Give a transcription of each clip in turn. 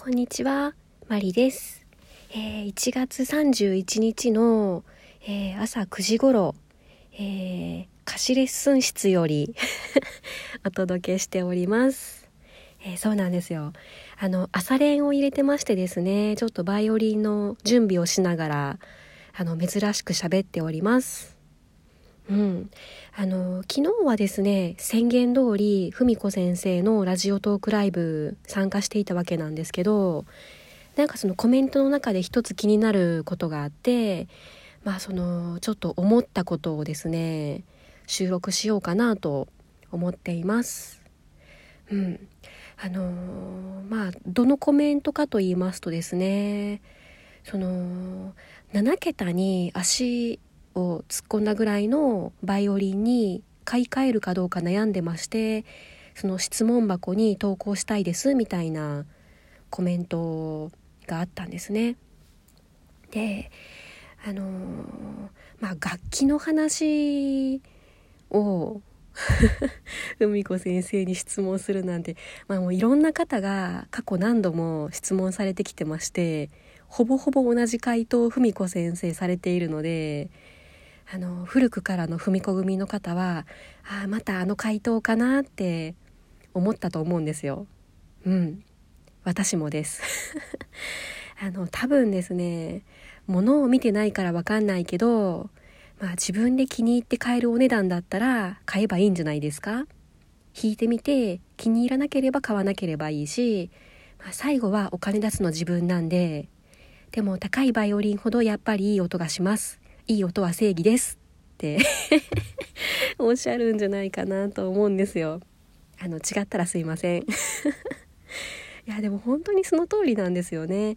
こんにちは、マリです。1月31日の、朝9時頃、貸しレッスン室よりお届けしております。そうなんですよ。朝練を入れてましてですね、ちょっとバイオリンの準備をしながら珍しく喋っております。昨日はですね、宣言通り文子先生のラジオトークライブ参加していたわけなんですけど、なんかそのコメントの中で一つ気になることがあって、ちょっと思ったことをですね、収録しようかなと思っています。どのコメントかと言いますとですね、7桁に足を突っ込んだぐらいのバイオリンに買い替えるかどうか悩んでまして、その質問箱に投稿したいですみたいなコメントがあったんですね。で、楽器の話を文子先生に質問するなんて、もういろんな方が過去何度も質問されてきてまして、ほぼほぼ同じ回答を文子先生されているので、古くからの文子組の方はまたあの回答かなって思ったと思うんですよ。私もです多分ですね、物を見てないから分かんないけど、自分で気に入って買えるお値段だったら買えばいいんじゃないですか。弾いてみて気に入らなければ買わなければいいし、最後はお金出すの自分なんで。でも高いバイオリンほどやっぱりいい音がします。いい音は正義ですっておっしゃるんじゃないかなと思うんですよ。違ったらすいませんいやでも本当にその通りなんですよね。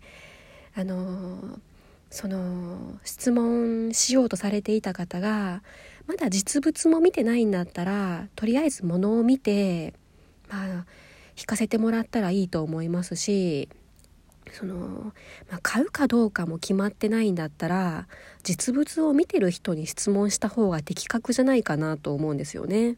その質問しようとされていた方がまだ実物も見てないんだったら、とりあえず物を見て弾かせてもらったらいいと思いますし、買うかどうかも決まってないんだったら実物を見てる人に質問した方が的確じゃないかなと思うんですよね。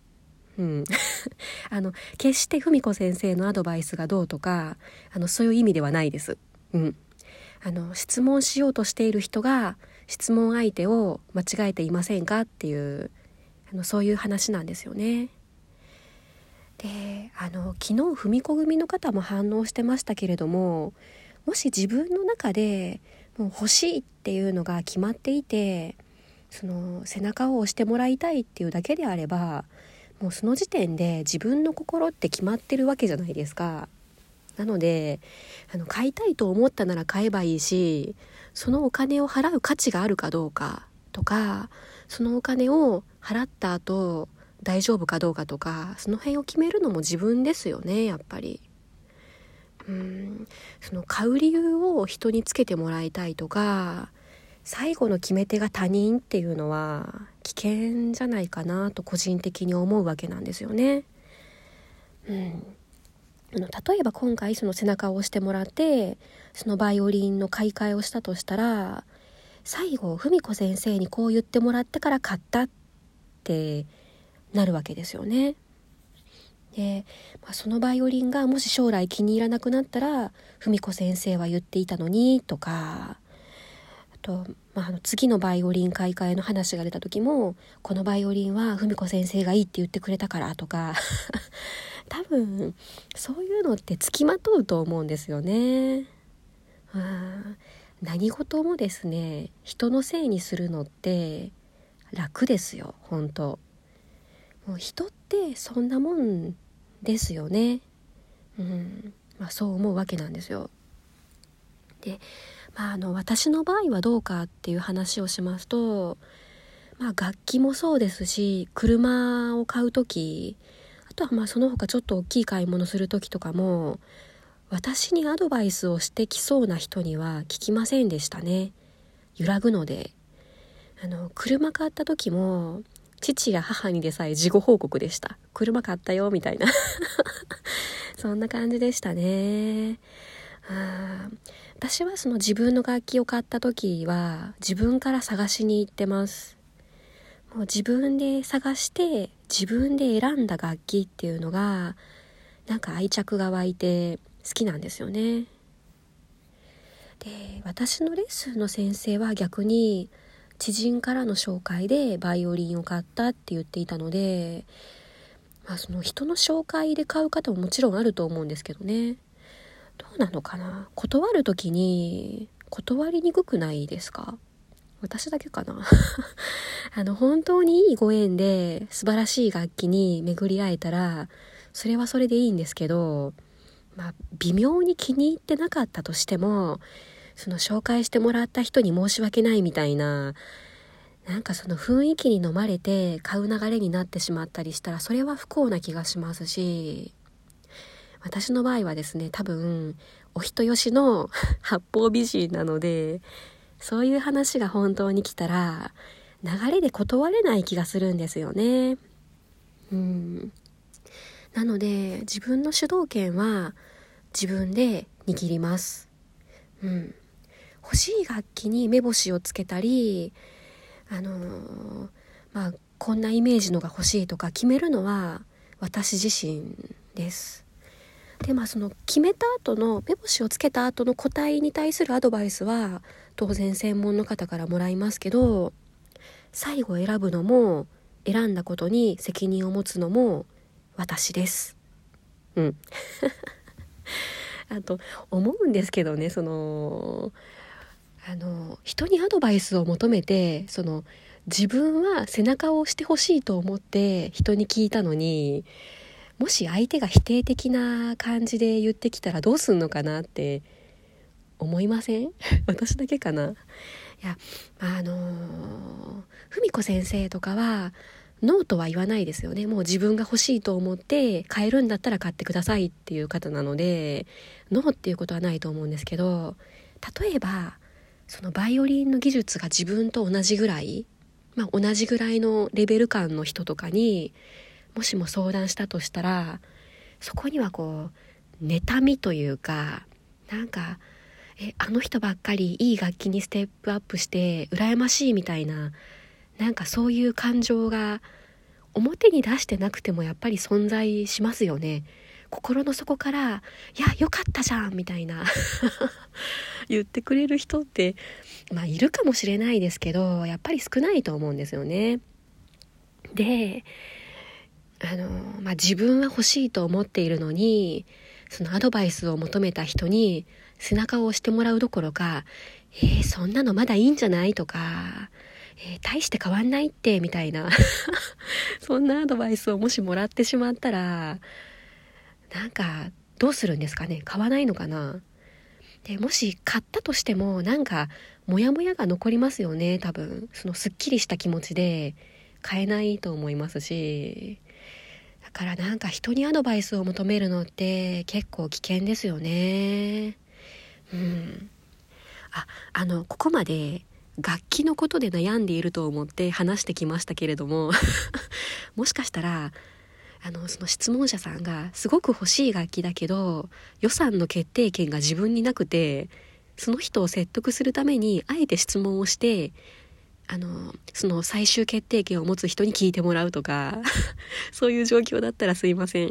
決して文子先生のアドバイスがどうとかそういう意味ではないです。質問しようとしている人が質問相手を間違えていませんかっていうそういう話なんですよね。で昨日文子組の方も反応してましたけれども、もし自分の中でもう欲しいっていうのが決まっていて、その背中を押してもらいたいっていうだけであれば、もうその時点で自分の心って決まってるわけじゃないですか。なので買いたいと思ったなら買えばいいし、そのお金を払う価値があるかどうかとか、そのお金を払った後大丈夫かどうかとか、その辺を決めるのも自分ですよね、やっぱり。その買う理由を人につけてもらいたいとか、最後の決め手が他人っていうのは危険じゃないかなと個人的に思うわけなんですよね。例えば今回その背中を押してもらってそのバイオリンの買い替えをしたとしたら、最後文子先生にこう言ってもらってから買ったってなるわけですよね。で、そのバイオリンがもし将来気に入らなくなったら文子先生は言っていたのにとか、あと、次のバイオリン買い替えの話が出た時も、このバイオリンは文子先生がいいって言ってくれたからとか多分そういうのってつきまとうと思うんですよね。何事もですね、人のせいにするのって楽ですよ、本当。もう人ってそんなもんですよね。そう思うわけなんですよ。で、私の場合はどうかっていう話をしますと、楽器もそうですし、車を買うとき、あとはその他ちょっと大きい買い物するときとかも、私にアドバイスをしてきそうな人には聞きませんでしたね。揺らぐので。車買った時も父や母にでさえ事後報告でした。車買ったよみたいなそんな感じでしたね。私はその自分の楽器を買った時は自分から探しに行ってます。もう自分で探して自分で選んだ楽器っていうのがなんか愛着が湧いて好きなんですよね。 で、私のレッスンの先生は逆に知人からの紹介でバイオリンを買ったって言っていたので、その人の紹介で買う方ももちろんあると思うんですけどね。どうなのかな、断る時に断りにくくないですか？私だけかな本当にいいご縁で素晴らしい楽器に巡り会えたらそれはそれでいいんですけど、微妙に気に入ってなかったとしても、その紹介してもらった人に申し訳ないみたいな、なんかその雰囲気に飲まれて買う流れになってしまったりしたら、それは不幸な気がしますし、私の場合はですね、多分お人よしの八方美人なので、そういう話が本当に来たら流れで断れない気がするんですよね。なので自分の主導権は自分で握ります。欲しい楽器に目星をつけたり、こんなイメージのが欲しいとか決めるのは私自身です。で、その決めた後の目星をつけた後の個体に対するアドバイスは当然専門の方からもらいますけど、最後選ぶのも選んだことに責任を持つのも私です。あと思うんですけどね、人にアドバイスを求めて、自分は背中を押してほしいと思って人に聞いたのに、もし相手が否定的な感じで言ってきたらどうすんのかなって思いません？私だけかな。いや、文子先生とかはノーとは言わないですよね。もう自分が欲しいと思って買えるんだったら買ってくださいっていう方なので、ノーっていうことはないと思うんですけど、例えばそのバイオリンの技術が自分と同じぐらい、同じぐらいのレベル感の人とかにもしも相談したとしたら、そこには妬みというか、なんかあの人ばっかりいい楽器にステップアップして羨ましいみたいな、なんかそういう感情が表に出してなくてもやっぱり存在しますよね。心の底から、いやよかったじゃんみたいな言ってくれる人っているかもしれないですけど、やっぱり少ないと思うんですよね。で、自分は欲しいと思っているのに、そのアドバイスを求めた人に背中を押してもらうどころか、そんなのまだいいんじゃないとか、大して変わんないってみたいなそんなアドバイスをもしもらってしまったら、なんかどうするんですかね。買わないのかな。で、もし買ったとしてもなんかモヤモヤが残りますよね。多分そのすっきりした気持ちで買えないと思いますし、だからなんか人にアドバイスを求めるのって結構危険ですよね。ここまで楽器のことで悩んでいると思って話してきましたけれどももしかしたらその質問者さんがすごく欲しい楽器だけど予算の決定権が自分になくて、その人を説得するためにあえて質問をしてその最終決定権を持つ人に聞いてもらうとかそういう状況だったらすいません。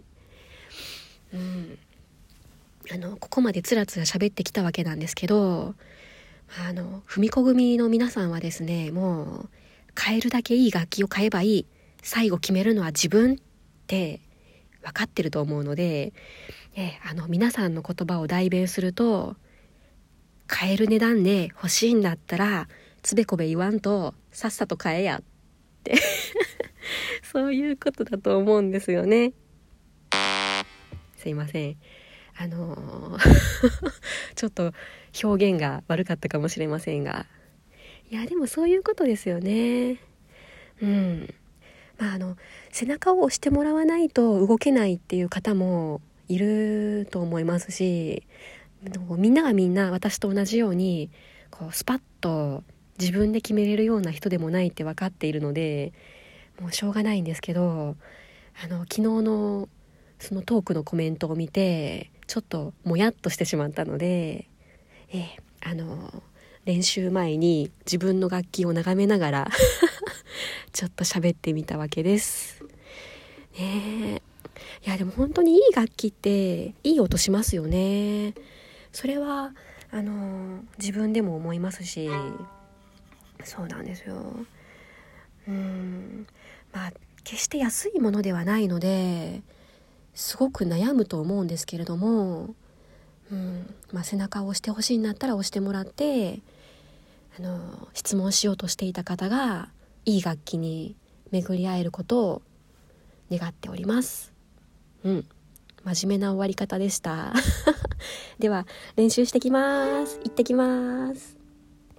ここまでつらつら喋ってきたわけなんですけど、文子組の皆さんはですね、もう買えるだけいい楽器を買えばいい、最後決めるのは自分って分かってると思うので、皆さんの言葉を代弁すると、買える値段で欲しいんだったらつべこべ言わんとさっさと買えやってそういうことだと思うんですよね。すいません、ちょっと表現が悪かったかもしれませんが、いやでもそういうことですよね。背中を押してもらわないと動けないっていう方もいると思いますし、みんながみんな私と同じようにスパッと自分で決めれるような人でもないって分かっているので、もうしょうがないんですけど、昨日のそのトークのコメントを見てちょっともやっとしてしまったので、練習前に自分の楽器を眺めながらちょっと喋ってみたわけですね。いやでも本当にいい楽器っていい音しますよね。それは自分でも思いますし、そうなんですよ。決して安いものではないのですごく悩むと思うんですけれども、背中を押してほしいんだったら押してもらって、質問しようとしていた方がいい楽器に巡り合えることを願っております。真面目な終わり方でしたでは練習してきます。行ってきます。